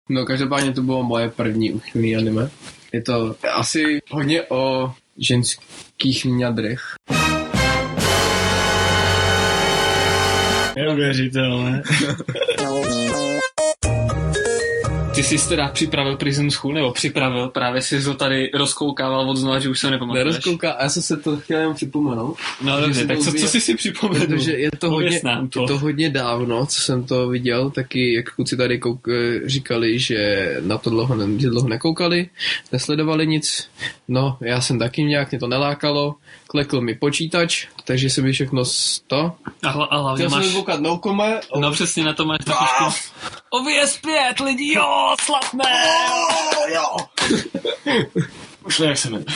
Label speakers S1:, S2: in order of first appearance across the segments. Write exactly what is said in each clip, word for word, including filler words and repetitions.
S1: No každopádně to bylo moje první uchylný anime. Je to asi hodně o ženských mňadrech.
S2: Neuvěřitelné.
S3: Ty jsi teda připravil Prison School, nebo připravil, právě jsi to tady rozkoukával od znova, že už se nepamatuješ.
S1: Nerozkouká, já jsem se to chtěl jenom připomenout.
S3: No dobře, tak co, co jsi si připomenul?
S1: Protože je to, hodně,
S3: to.
S1: je to hodně dávno, co jsem to viděl, taky jak kluci tady kouk, říkali, že na to dlouho, ne, dlouho nekoukali, nesledovali nic. No, já jsem taky nějak, mě to nelákalo, klekl mi počítač, takže jsem mi všechno z to.
S3: A, hla, a hlavně
S1: chtěl
S3: máš...
S1: jsem koukat no kome.
S3: Oh. No přesně na to máš trošku... O V S pět lidi, jo, slapné!
S1: Oh, jo.
S2: Už ne, jak se jmenuje.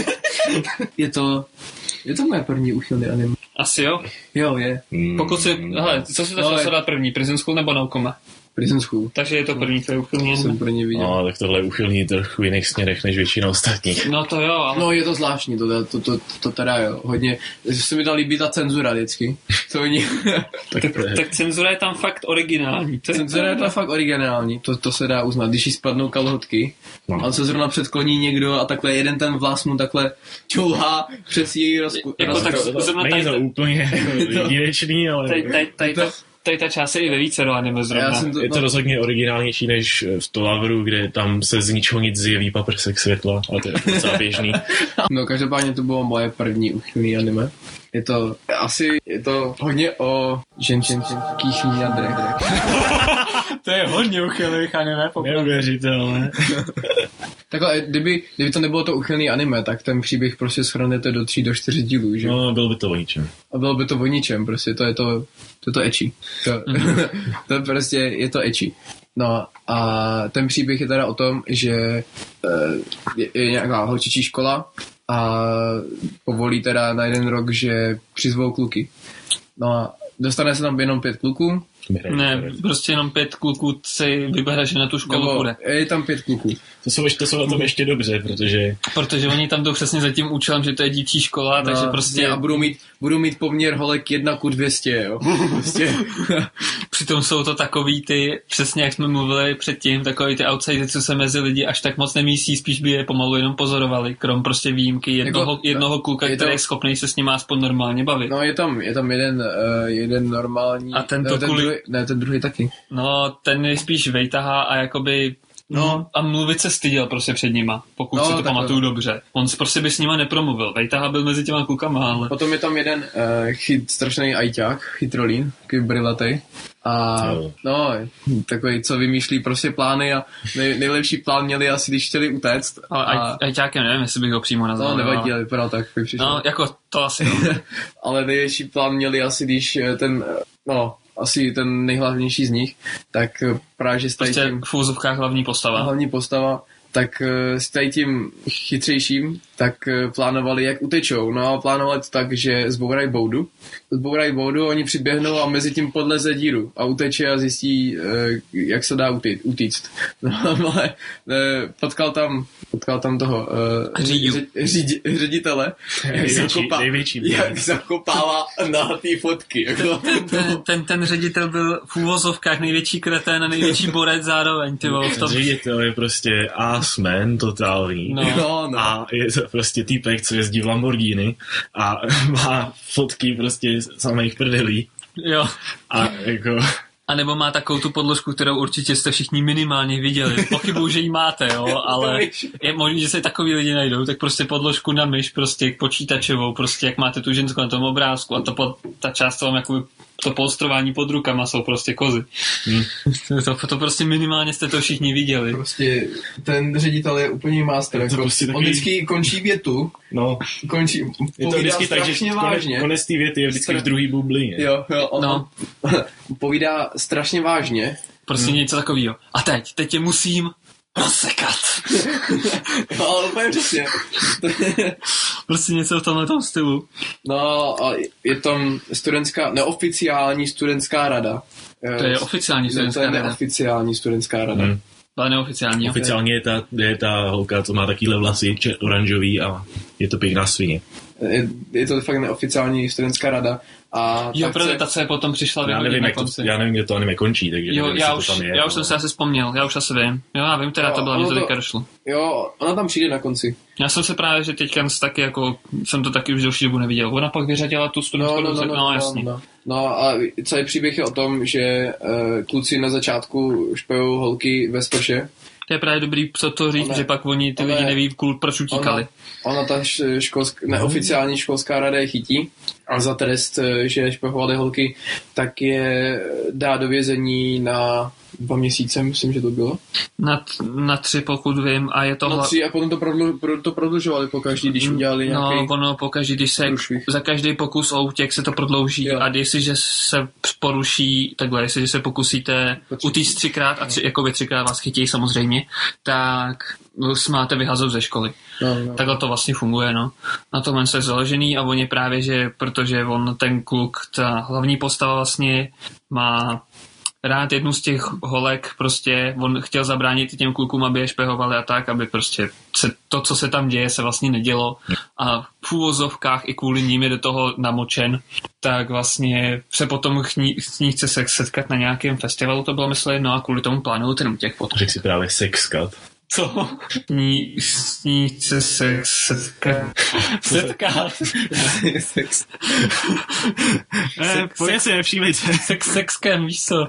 S1: Je to, je to moje první uchylný anime.
S3: Asi jo.
S1: Jo, je.
S2: Hmm.
S3: Pokud si, hele, co si začal
S1: no,
S3: sledovat první, Prison School nebo No Koma?
S1: Prison School.
S3: Takže je to první tvoje uchylný
S1: jsem první viděl.
S2: No, tak tohle je uchylný trochu jiných směrech než většina ostatních.
S3: No to jo, ale...
S1: No je to zvláštní, to, to, to, to teda jo, hodně, se mi dá líbit ta cenzura vždycky. To oni...
S3: tak, tak cenzura je tam fakt originální. To
S1: cenzura je tam fakt originální, to, to se dá uznat, když jí spadnou kalhotky, no. Ale se zrovna předkloní někdo a takhle jeden ten vlas mu takhle čouhá přes její rozku...
S3: Jako tak zrovna
S2: není to úplně jedinečný, ale...
S3: Tady, tady, tady, tady, tady ta část je i ve více do anime zrovna.
S2: To, je to no. rozhodně originálnější než v Tolaveru, kde tam se z ničeho nic zjeví paprsek světla, ale to je docela běžný.
S1: No každopádně to bylo moje první uchylný anime. Je to asi, je to hodně o ženských mňadrech.
S3: To je hodně uchylných anime.
S2: Neuvěřitelné.
S1: Takhle, kdyby, kdyby to nebylo to uchylný anime, tak ten příběh prostě shrnete do tří, do čtyř dílů, že?
S2: No, bylo by to o ničem.
S1: A bylo by to o ničem, prostě to je to, to je to ecchi. To, mm-hmm. to prostě je to ecchi. No a ten příběh je teda o tom, že je, je nějaká holčičí škola a povolí teda na jeden rok, že přizvou kluky. No a dostane se tam jenom pět kluků.
S3: Ne, prostě jenom pět kluků si vybere, že na tu školu
S1: Nebo
S3: bude.
S1: Je tam pět kluků.
S2: To jsou, to jsou na tom ještě dobře, protože...
S3: Protože oni tam jdou přesně za tím účelem, že to je dívčí škola, no, takže prostě...
S1: A budou mít, budou mít poměr holek jedna ku dvě stě, jo. Prostě.
S3: Přitom jsou to takový ty, přesně jak jsme mluvili předtím, takový ty outsiders, co se mezi lidi až tak moc nemísí, spíš by je pomalu jenom pozorovali, krom prostě výjimky jednoho, jako, jednoho kluka, je který to... je schopný se s ním aspoň normálně bavit.
S1: No je tam, je tam jeden, uh, jeden normální...
S3: A ten to
S1: ne, ten
S3: kvůli...
S1: druhý, ne, ten druhý taky.
S3: No, ten je spíš vejtahá a jakoby... No. A mluvit se styděl prostě před nima, pokud no, si to pamatuju no. dobře. On prostě by s nima nepromluvil. Vejtaha byl mezi těma klukama, ale...
S1: Potom je tam jeden uh, chyt, strašný ajťák, chytrolín, takový brilatej. A no. no, takový, co vymýšlí prostě plány a nej, nejlepší plán měli asi, když chtěli utéct.
S3: Ale a... ajťákem nevím, jestli bych ho přímo nazval.
S1: No, nevadí, ale vypadal tak, jak přišel.
S3: No, jako to asi no.
S1: Ale nejlepší plán měli asi, když ten, no... asi ten nejhlavnější z nich, tak právě, že stají
S3: prostě
S1: tím...
S3: v úzovkách hlavní postava.
S1: Hlavní postava, tak s tady tím chytřejším, tak plánovali, jak utečou. No a plánovali to tak, že zbourají boudu. Zbourají boudu, oni přiběhnou a mezi tím podleze díru a uteče a zjistí, jak se dá utíct. No ale potkal tam, potkal tam toho řidi, ředitele, jak, zakopá, jak zakopává na té fotky. Jako.
S3: Ten, ten, ten, ten ředitel byl v úvozovkách největší kretén a největší borec zároveň. Ty vole, v tom...
S2: Ředitel je prostě asmen totální.
S3: No.
S1: No, no.
S2: A je to prostě týpek, co jezdí v Lamborghini a má fotky prostě samých prdelí.
S3: Jo.
S2: A jako...
S3: A nebo má takovou tu podložku, kterou určitě jste všichni minimálně viděli. Pochybuju, že ji máte, jo, ale je možný, že se takový lidi najdou, tak prostě podložku na myš, prostě počítačovou, prostě jak máte tu ženskou na tom obrázku a to pod, ta část toho jakoby to polstrování pod rukama jsou prostě kozy. Hmm. To, to prostě minimálně jste to všichni viděli.
S1: Prostě ten ředitel je úplně master. Jako, prostě takový... On vždycky končí větu.
S2: No.
S1: Končí,
S2: je to vždycky tak, že
S1: vážně.
S2: Konec té věty je vždycky v druhý bublí.
S1: Jo, jo. On,
S3: no.
S1: on povídá strašně vážně.
S3: Prostě hmm. něco takového. A teď, teď tě musím rozsekat.
S1: No, ale úplně přesně.
S3: Prostě něco v tomhle tom stylu.
S1: No a je tam studentská, neoficiální studentská rada,
S3: To je oficiální studentská
S1: rada. To je
S3: rada.
S1: neoficiální studentská rada.
S2: Hmm.
S3: Ale neoficiální.
S2: Oficiálně je ta, je ta holka, co má takovýhle vlasy čer, oranžový a je to pěkná svině.
S1: Je, je to fakt neoficiální studentská rada. A
S3: Jo, protože ta se potom přišla
S2: já nevím, jak to, já nevím, kde to anime končí, takže
S3: jo,
S2: nevím,
S3: já
S2: to
S3: už,
S2: tam je.
S3: já už jsem se asi vzpomněl, já už asi vím. Jo, já vím, teda
S1: Jo,
S3: to byla,
S1: ono
S3: mě to
S1: to-
S3: teďka došlo.
S1: Jo, ona tam přijde na konci.
S3: Já jsem se právě, že teďka taky jako, jsem to taky už delší dobu neviděl. Ona pak vyřadila tu studentskou
S1: No, no, no,
S3: no,
S1: no,
S3: no,
S1: no,
S3: jasně.
S1: no. No a celý příběh je o tom, že uh, kluci na začátku špejou holky ve sprše.
S3: To je právě dobrý, co to říct,
S1: Ona-
S3: že pak oni ty
S1: ona
S3: lidi
S1: je-
S3: neví, kul, proč utíkali.
S1: Ona, ona ta š- školsk, neoficiální školská rada je chytí a za trest, eh, že špehovali holky, tak je dá do vězení na dva měsíce, myslím, že to bylo.
S3: Na, na tři, pokud vím, a je to...
S1: Na
S3: hla-
S1: tři a potom to, prodlu, pro, to prodlužovali po každý, když udělali
S3: No,
S1: nějaký...
S3: ono pokaždý, když se
S1: průšvih.
S3: za každý pokus o útěk se to prodlouží
S1: Jo.
S3: a jestliže se poruší, takhle, jestliže se pokusíte utíct třikrát a tři, jako by třikrát vás chytí samozřejmě, tak máte vyhazovat ze školy.
S1: No, no.
S3: Takhle to vlastně funguje, no. Na tomhle se založený a oni právě, že protože on, ten kluk, ta hlavní postava vlastně má rád jednu z těch holek, prostě on chtěl zabránit těm klukům, aby je špehovali a tak, aby prostě se, to, co se tam děje, se vlastně nedělo a v úvozovkách i kvůli ním je do toho namočen, tak vlastně se potom s ní, s ní chce se setkat na nějakém festivalu, to bylo myslím, no a kvůli tomu plánuju ten útěk potom.
S2: Řekl si právě sexkat.
S3: Co? Ní, s ní chce se setkat. Setkat.
S1: Sex.
S2: Eh, pojď si nevšímejte.
S3: Sex, sexkem, víš co?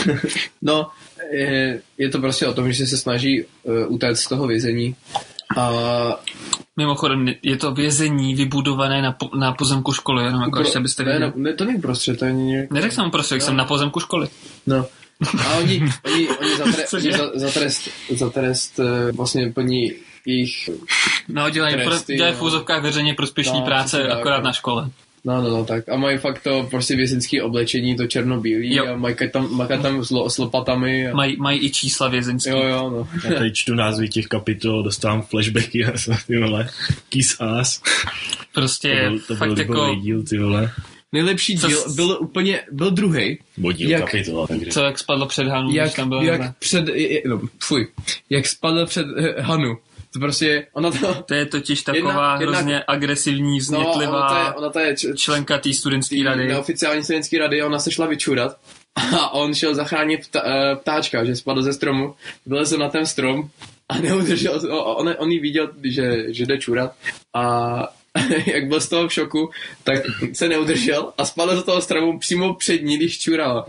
S1: No, je, je to prostě o tom, že se snaží uh, utéct z toho vězení. A
S3: Mimochodem, je to vězení vybudované na, po, na pozemku školy, jenom jako ještě abyste
S1: ne,
S3: věděli.
S1: ne, to není prostřed, to je nějak...
S3: Neřekl jsem mu prostě, jak jsem na pozemku školy.
S1: No. A oni, oni, oni za, tre,
S3: Cože?
S1: oni za, za trest, za trest uh, vlastně plní jejich...
S3: No, dělají, pro,
S1: Tresty,
S3: dělají
S1: no.
S3: v úzovkách veřejně prospěšný
S1: No,
S3: práce,
S1: přesně tak,
S3: akorát
S1: no.
S3: na škole.
S1: No, no, no, tak. A mají fakt to prostě vězeňské oblečení, to černobílý
S3: Jo.
S1: a mají tam, mají tam s, lo, s lopatami. A...
S3: Mají, mají i čísla vězeňský.
S1: Jo, jo, no.
S2: Já tady čtu názvy těch kapitol, dostávám flashbacky a jsem, ty vole, kiss ass.
S3: Prostě
S2: To byl, to
S3: fakt
S2: byl
S3: jako,
S2: jako... díl, ty vole.
S1: Nejlepší
S3: Co
S1: díl
S3: s-
S1: byl úplně, byl druhej.
S2: Bodíl
S1: Jak-
S2: kapitola, takže.
S3: co jak spadlo před Hanu, když
S1: Jak,
S3: tam bylo
S1: jak
S3: nebe.
S1: před, je- je- no, fuj, jak spadl před eh, Hanu. To prostě, ona to...
S3: To je totiž taková
S1: Jedna- jedna-
S3: hrozně agresivní,
S1: No, ona to je,
S3: vznětlivá
S1: ona to je č,
S3: členka té studentské
S1: tý
S3: rady.
S1: neoficiální studentské rady, ona se šla vyčurat a on šel zachránit pta, eh, ptáčka, že spadl ze stromu, vylezl na ten strom a neudržel, on, on jí viděl, že, že jde čurat a jak byl z toho v šoku, tak se neudržel a spadl do toho stromu přímo před ní, když čurala.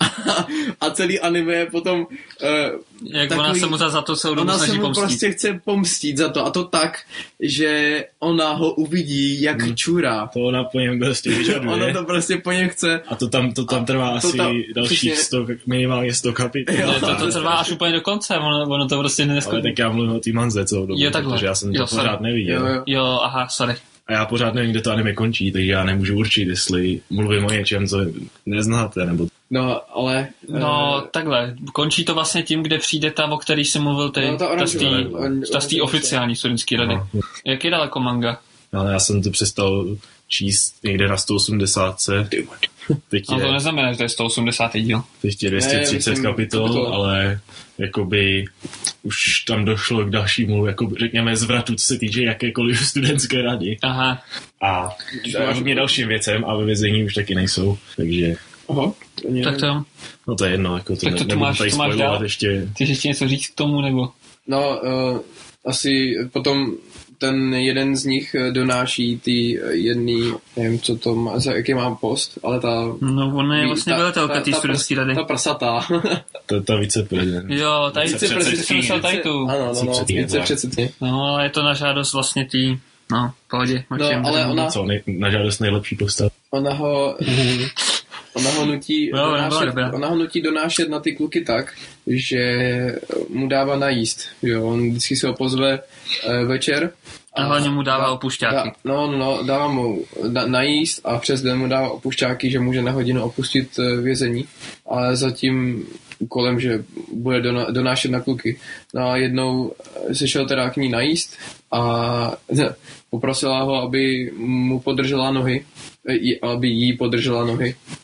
S1: A celý anime je potom uh,
S3: Jak
S1: takový,
S3: ona se mu za, za to celou dobu
S1: ona
S3: snaží
S1: se mu
S3: pomstít.
S1: prostě chce pomstít za to a to tak, že ona ho uvidí, jak hmm. čurá.
S2: To ona po něm prostě
S1: Ona
S2: vyžaduje.
S1: to prostě po něm chce.
S2: A to tam, to tam trvá
S1: to
S2: asi
S1: tam-
S2: dalších
S1: přesně.
S2: sto, minimálně sto kapitol.
S1: Jo,
S3: Ne, to, to trvá až úplně do konce, ono, ono to prostě
S2: Ale
S3: neskutí.
S2: tak já mluvím o té manze celou dobu,
S3: Jo, takhle.
S2: protože já jsem to
S3: Jo, sorry.
S2: pořád neviděl.
S1: Jo, jo.
S3: Jo, aha, sorry.
S2: A já pořád nevím, kde to anime končí, takže já nemůžu určit, jestli mluvím o něčem, co neznáte, nebo...
S1: No, ale...
S3: No,
S1: eh,
S3: takhle. Končí to vlastně tím, kde přijde ta, o který jsi mluvil ty.
S1: No, ta
S3: ta z té
S1: oranžová, on-
S3: ta z té
S1: on-
S3: oficiální studentské rady.
S2: No.
S3: Jak je daleko manga?
S2: Ale já jsem to přestal číst někde na sto osmdesát. Teď
S3: No to
S2: je,
S3: neznamená, že to je sto osmdesátý díl.
S2: teď je dvě stě třicet
S1: Ne, myslím,
S2: kapitol,
S1: kapitol.
S2: ale jakoby už tam došlo k dalšímu, jako řekněme, zvratu, co se týče jakékoliv studentské rady.
S3: Aha.
S2: A hodně dalším věcem a ve vězení už taky nejsou, takže
S1: Aha, to mě...
S3: Tak to jo.
S2: no to je jedno, jako to,
S3: Tak
S2: ne,
S3: to tu
S2: nebudu
S3: máš-
S2: tady
S3: to máš
S2: spojovat
S3: dál?
S2: ještě.
S3: Chceš ještě něco říct k tomu, nebo?
S1: No, uh, asi potom ten jeden z nich eh, donáší ty eh, jedný, nevím, co to má, za jaký má post, ale ta...
S3: No, ona je vlastně
S1: ta-
S3: velitelka
S1: ta-
S3: té
S1: ta
S3: studentské
S1: prs-
S3: rady.
S1: Ta prsatá.
S2: To je ta viceprezident.
S3: Jo, tady
S2: Vice-
S3: jsem
S2: předsedkyně.
S3: myslel tady tu.
S1: Ano, no, no,
S2: Vicepředsedkyně,
S1: více předsedkyně.
S3: No, ale je to na žádost vlastně tý, no, v pohodě.
S1: No, ale ona,
S2: Co, nej, na žádost nejlepší postav.
S1: ona ho... Ona ho nutí,
S3: Jo, nebyla
S1: donášet,
S3: dobrá.
S1: ona ho nutí donášet na ty kluky tak, že mu dává najíst. Jo, on vždycky se ho pozve eh, večer.
S3: A hlavně mu dává
S1: dá-
S3: opušťáky.
S1: Dá, no, no, dává mu da, najíst a přes den mu dává opušťáky, že může na hodinu opustit eh, vězení. Ale zatím úkolem, že bude dona, donášet na kluky. No a jednou se šel teda k ní najíst a poprosila ho, aby mu podržela nohy, i- aby jí podržela nohy.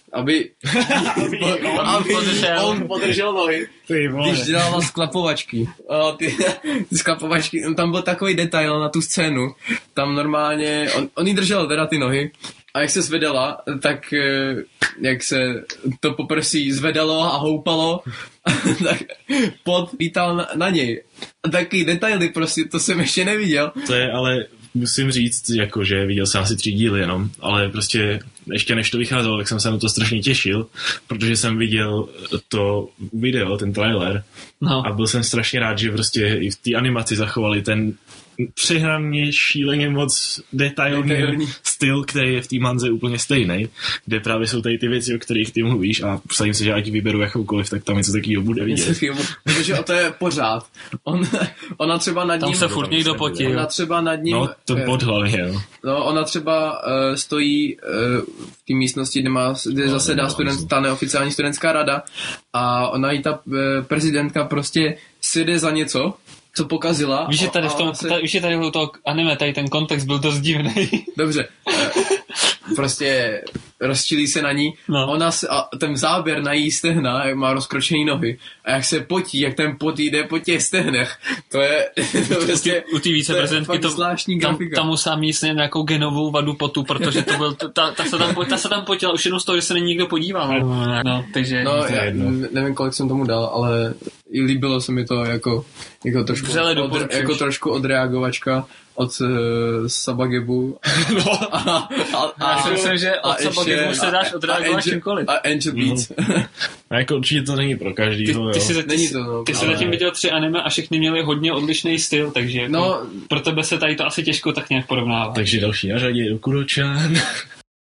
S1: aby, aby on podržel nohy, když dělal sklapovačky. O, ty, ty sklapovačky, tam byl takový detail na tu scénu, tam normálně, on, on jí držel teda ty nohy, a jak se zvedala, tak jak se to poprsí zvedalo a houpalo, tak pot lítal na, na něj. A taky detaily prostě, to jsem ještě neviděl.
S2: To je ale, musím říct, jako, že viděl jsem asi tři díly jenom, ale prostě ještě než to vycházelo, tak jsem se na to strašně těšil, protože jsem viděl to video, ten trailer, no. A byl jsem strašně rád, že prostě i v té animaci zachovali ten přehraně šíleně moc detailní, detailní styl, který je v té manze úplně stejný, kde právě jsou tady ty věci, o kterých ty mluvíš a vsadím se, že ať vyberu jakoukoliv, tak tam něco takového bude vidět.
S1: Protože to je pořád. On, ona třeba nad ním...
S3: Tam se furt někdo potí.
S1: Ona třeba nad ním...
S2: No, to pod hlavně, jo.
S1: No, ona třeba uh, stojí uh, v té místnosti, kde, má, kde no, zasedá no, student, ta neoficiální studentská rada a ona jí ta uh, prezidentka prostě sjede za něco, co pokazila.
S3: Víš, že tady v tom, se... ta, víš, že tady v toho anime, tady ten kontext byl dost divný.
S1: Dobře. Prostě rozčilí se na ní. No. Ona se, a ten záběr na jí stehna, jak má rozkročený nohy. A jak se potí, jak ten pot jde po těch stehnech. To je to prostě,
S3: u té viceprezidentky to, tam, tam musela mít nějakou genovou vadu potu, protože to byl, ta, ta, se tam, ta se tam potila už jenom z toho, že se na ní nikdo podíval. No, no, takže...
S1: No, já nevím, kolik jsem tomu dal, ale i líbilo se mi to jako, jako, trošku, od, jako trošku odreagovačka od uh, Sabagebu.
S3: No. A, a, a, já si myslím, že od Sabagebu se dáš odreagovat čímkoliv.
S1: A Angel Beats.
S2: Mm. A jako určitě to není pro každýho.
S3: Ty, ty, jsi, ty, není to, no, ty jsi ale... zatím viděl tři anime a všechny měly hodně odlišný styl, takže jako no, pro tebe se tady to asi těžko tak nějak porovnává.
S2: Takže další na řadě je Kuro-chan.